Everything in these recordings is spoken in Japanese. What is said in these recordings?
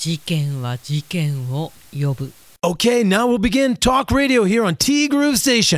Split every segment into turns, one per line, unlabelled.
事件は事件を呼ぶ。
Okay, now we'll begin Talk Radio here on T Groove Station.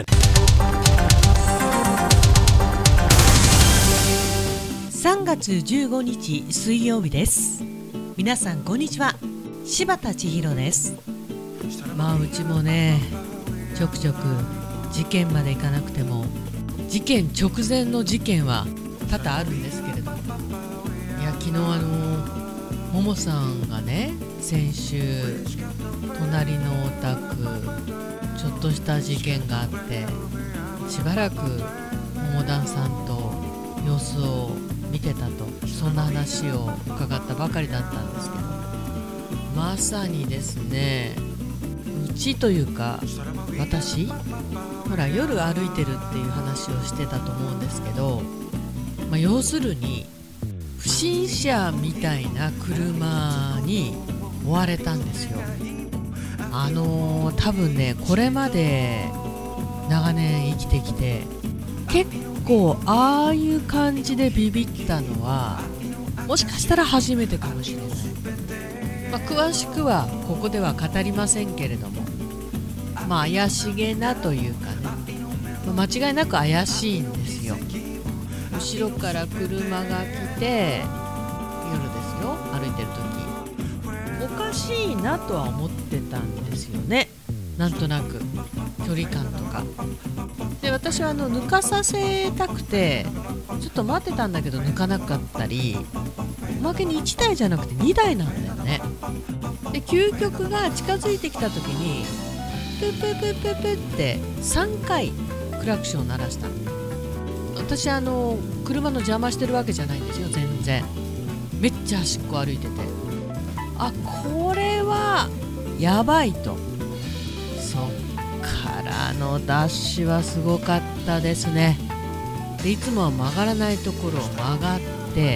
3月15日水曜日です。皆さんこんにちは、柴田千尋です。うちもね、ちょくちょく事件までいかなくても事件直前の事件は多々あるんですけれども、昨日ももさんがね、先週隣のお宅ちょっとした事件があって、しばらくももだんさんと様子を見てたと、そんな話を伺ったばかりだったんですけど、まさにですね、うちというか私、ほら夜歩いてるっていう話をしてたと思うんですけど、要するに不審者みたいな車に追われたんですよ。多分ね、これまで長年生きてきて結構ああいう感じでビビったのはもしかしたら初めてかもしれない。詳しくはここでは語りませんけれども、怪しげなというかね、間違いなく怪しいんですよ。後ろから車が来て、夜ですよ、歩いてる時おかしいなとは思ってたんですよね。なんとなく距離感とかで、私は抜かさせたくてちょっと待ってたんだけど抜かなかったり、おまけに1台じゃなくて2台なんだよね。で究極が近づいてきた時にプープープープープーって3回クラクションを鳴らした。私車の邪魔してるわけじゃないんですよ、全然。めっちゃ端っこ歩いてて、これはやばいと。そっからのダッシュはすごかったですね。でいつもは曲がらないところを曲がって、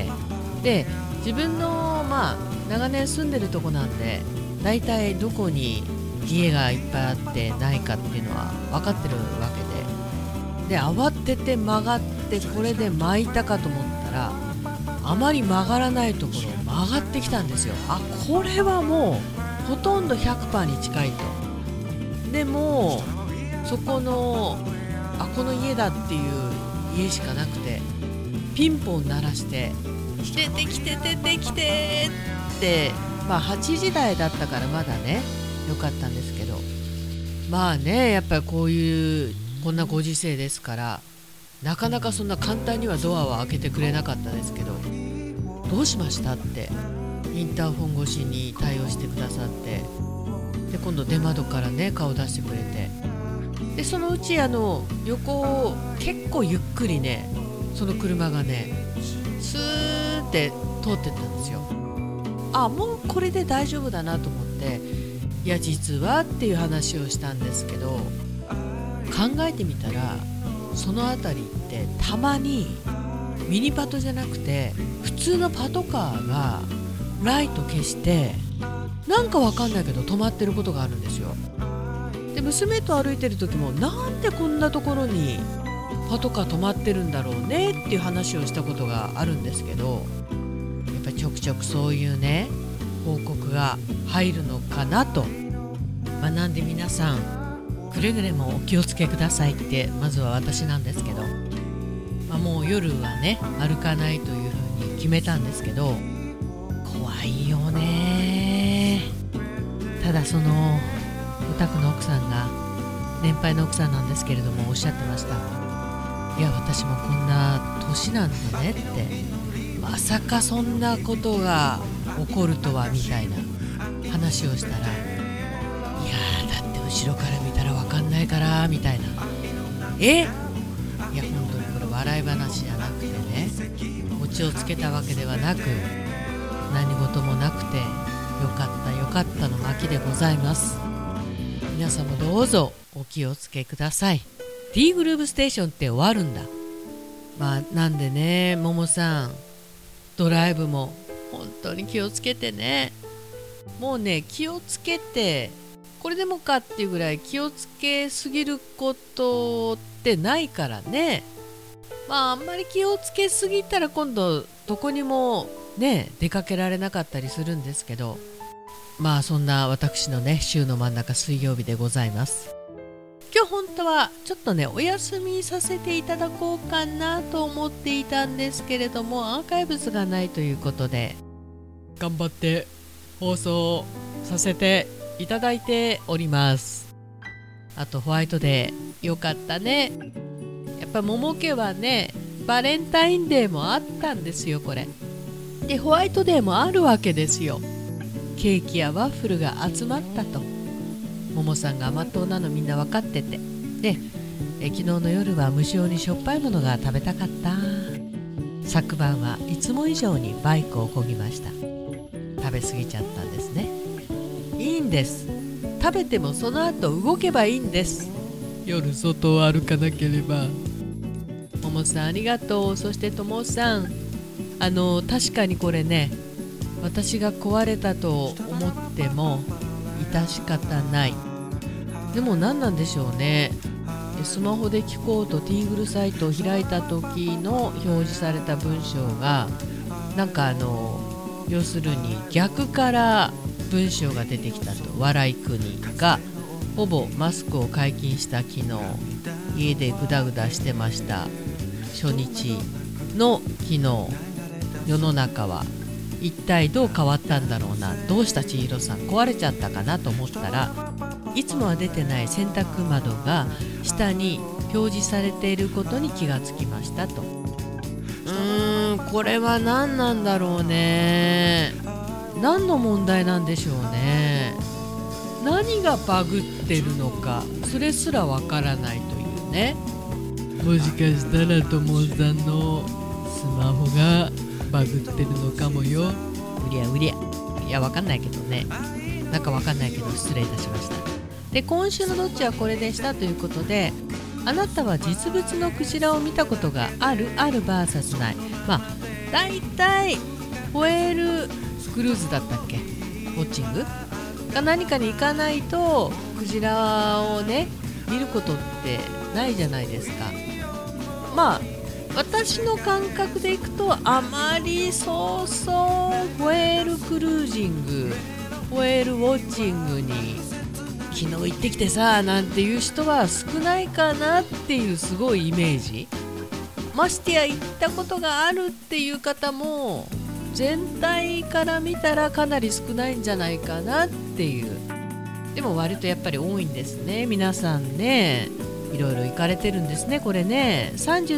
で自分の長年住んでるとこなんで、だいたいどこに家がいっぱいあってないかっていうのは分かってるわけで、慌てて曲がって、これで巻いたかと思ったら、あまり曲がらないところを曲がってきたんですよ。これはもうほとんど 100% に近いと。でもそこのこの家だっていう家しかなくて、ピンポン鳴らして出てきて出てきてって、8時台だったからまだねよかったんですけど、やっぱりこんなご時世ですから、なかなかそんな簡単にはドアを開けてくれなかったですけど、どうしましたってインターホン越しに対応してくださって、で今度出窓からね顔出してくれて、でそのうち横を結構ゆっくりね、その車がねスーって通ってったんですよ。もうこれで大丈夫だなと思って、いや実はっていう話をしたんですけど、考えてみたらその辺りってたまにミニパトじゃなくて普通のパトカーがライト消してなんかわかんないけど止まってることがあるんですよ。で娘と歩いてる時も、なんでこんなところにパトカー止まってるんだろうねっていう話をしたことがあるんですけど、やっぱりちょくちょくそういうね報告が入るのかなと。なんで皆さんくれぐれもお気をつけくださいってまずは私なんですけど、もう夜はね歩かないというふうに決めたんですけど、怖いよね。ただそのお宅の奥さんが、年配の奥さんなんですけれどもおっしゃってました。いや私もこんな年なんだねって、まさかそんなことが起こるとはみたいな話をしたら、いやだって後ろから見たら分かんないからみたいな。いや本当にこれ笑い話じゃなくてね、オチをつけたわけではなく、何事もなくてよかったよかったの巻でございます。皆さんもどうぞお気をつけください。 T グルーブステーションって終わるんだ。なんでね、ももさんドライブも本当に気をつけてね。もうね気をつけてこれでもかっていうぐらい気をつけすぎることってないからね。あんまり気をつけすぎたら今度どこにもね出かけられなかったりするんですけど、 そんな私のね週の真ん中水曜日でございます。今日本当はちょっとねお休みさせていただこうかなと思っていたんですけれども、アーカイブスがないということで頑張って放送させていただいております。あとホワイトデーよかったね。やっぱ桃家はねバレンタインデーもあったんですよ。これでホワイトデーもあるわけですよ。ケーキやワッフルが集まったと。ももさんが甘党なのみんな分かってて、で昨日の夜は無性にしょっぱいものが食べたかった。昨晩はいつも以上にバイクを漕ぎました。食べ過ぎちゃったんですね。いいんです。食べてもその後動けばいいんです。夜外を歩かなければ。ももさんありがとう。そしてともさん確かにこれね私が壊れたと思っても致し方ない。でも何なんでしょうね。スマホで聞こうとティーグルサイトを開いた時の表示された文章がなんか要するに逆から文章が出てきたと。笑い国がほぼマスクを解禁した昨日家でグダグダしてました。初日の昨日世の中は一体どう変わったんだろうな。どうした千尋さん壊れちゃったかなと思ったら、いつもは出てない洗濯窓が下に表示されていることに気がつきましたと。これは何なんだろうね。何の問題なんでしょうね。何がバグってるのかそれすらわからないというね。もしかしたらともさんのスマホがバグってるのかもよ。うりゃうりゃ。いやわかんないけどね。なんかわかんないけど失礼いたしました。で今週のどっちはこれでしたということで、あなたは実物のクジラを見たことがある vs ない。だいたいホエールクルーズだったっけ、ウォッチングか何かに行かないとクジラをね見ることってないじゃないですか。私の感覚でいくとあまりそうそうホエールクルージングホエールウォッチングに昨日行ってきてさなんていう人は少ないかなっていうすごいイメージ。ましてや行ったことがあるっていう方も全体から見たらかなり少ないんじゃないかなっていう。でも割とやっぱり多いんですね。皆さんねいろいろ行かれてるんですね。これね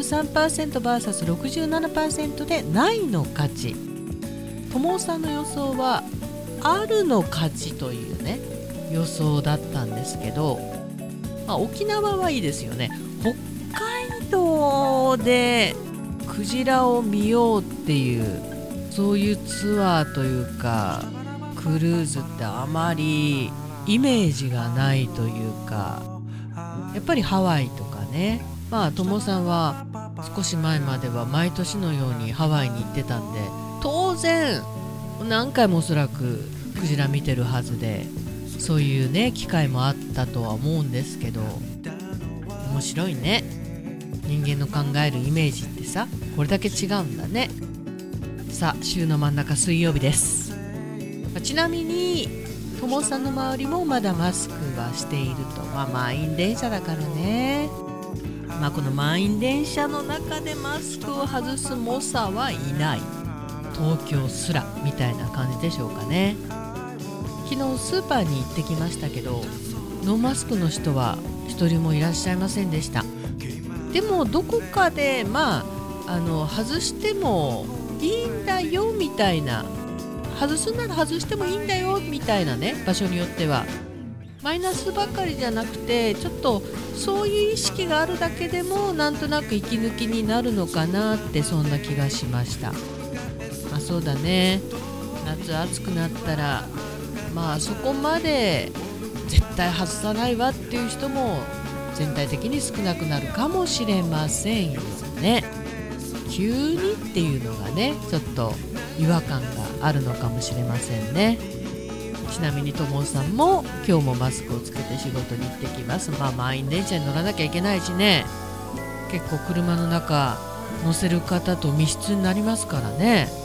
33%vs67% でないの勝ち。友さんの予想はあるの勝ちというね予想だったんですけど、沖縄はいいですよね。北海道でクジラを見ようっていうそういうツアーというかクルーズってあまりイメージがないというか、やっぱりハワイとかね。ともさんは少し前までは毎年のようにハワイに行ってたんで当然何回もおそらくクジラ見てるはずで、そういうね機会もあったとは思うんですけど、面白いね。人間の考えるイメージってさこれだけ違うんだね。さあ週の真ん中水曜日です。ちなみにともさんの周りもまだマスクはしていると。満員電車だからね。この満員電車の中でマスクを外す猛者はいない。東京すらみたいな感じでしょうかね。昨日スーパーに行ってきましたけどノーマスクの人は一人もいらっしゃいませんでした。でもどこかで外してもいいんだよみたいな、外すなら外してもいいんだよみたいなね、場所によってはマイナスばかりじゃなくてちょっとそういう意識があるだけでもなんとなく息抜きになるのかなってそんな気がしました。そうだね、夏暑くなったらそこまで絶対外さないわっていう人も全体的に少なくなるかもしれませんよね。急にっていうのがねちょっと違和感があるのかもしれませんね。ちなみにともさんも今日もマスクをつけて仕事に行ってきます。満員電車に乗らなきゃいけないしね、結構車の中乗せる方と密室になりますからね。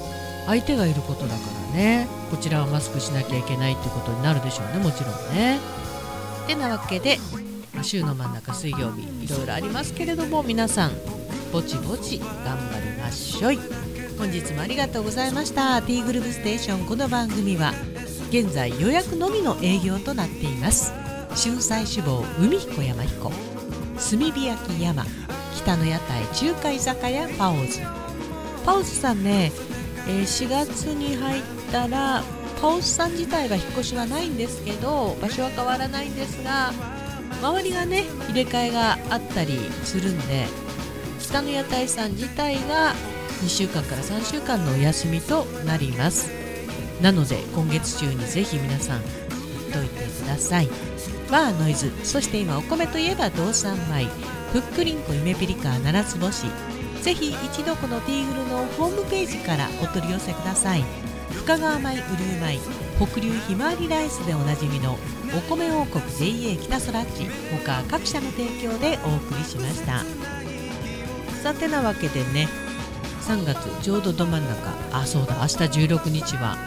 相手がいることだからね、こちらはマスクしなきゃいけないってことになるでしょうね、もちろんね。てなわけで、週の真ん中水曜日いろいろありますけれども、皆さんぼちぼち頑張りましょい。本日もありがとうございました。 T グループステーション、この番組は現在予約のみの営業となっています。春菜志望海彦山彦、炭火焼き山、北の屋台中華居酒屋パオズ。パオズさんね、4月に入ったらパオズさん自体は引っ越しはないんですけど、場所は変わらないんですが、周りがね入れ替えがあったりするんで、北の屋台さん自体が2週間から3週間のお休みとなります。なので今月中にぜひ皆さん行っといてください。バーノイズ、そして今お米といえば道産米、ふっくりんこ夢ピリカ7つ星、ぜひ一度このティーグルのホームページからお取り寄せください。深川米、雨竜米、北流ひまわりライスでおなじみのお米王国 JA 北そらっち他各社の提供でお送りしました。さてなわけでね、3月ちょうどど真ん中、そうだ、明日16日は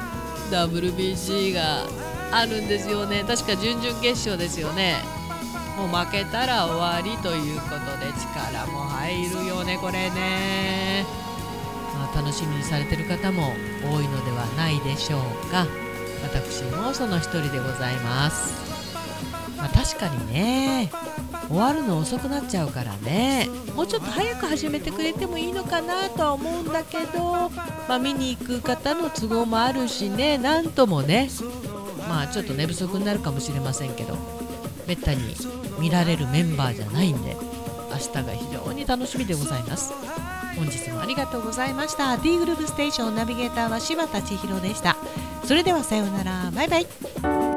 WBC があるんですよね。確か準々決勝ですよね。もう負けたら終わりということで、力も入るよねこれね。楽しみにされてる方も多いのではないでしょうか。私もその一人でございます。確かにね、終わるの遅くなっちゃうからね、もうちょっと早く始めてくれてもいいのかなとは思うんだけど、見に行く方の都合もあるしね、なんともね、ちょっと寝不足になるかもしれませんけど、めったに見られるメンバーじゃないんで、明日が非常に楽しみでございます。本日もありがとうございました。 T グループステーションナビゲーターは柴田千尋でした。それではさようなら、バイバイ。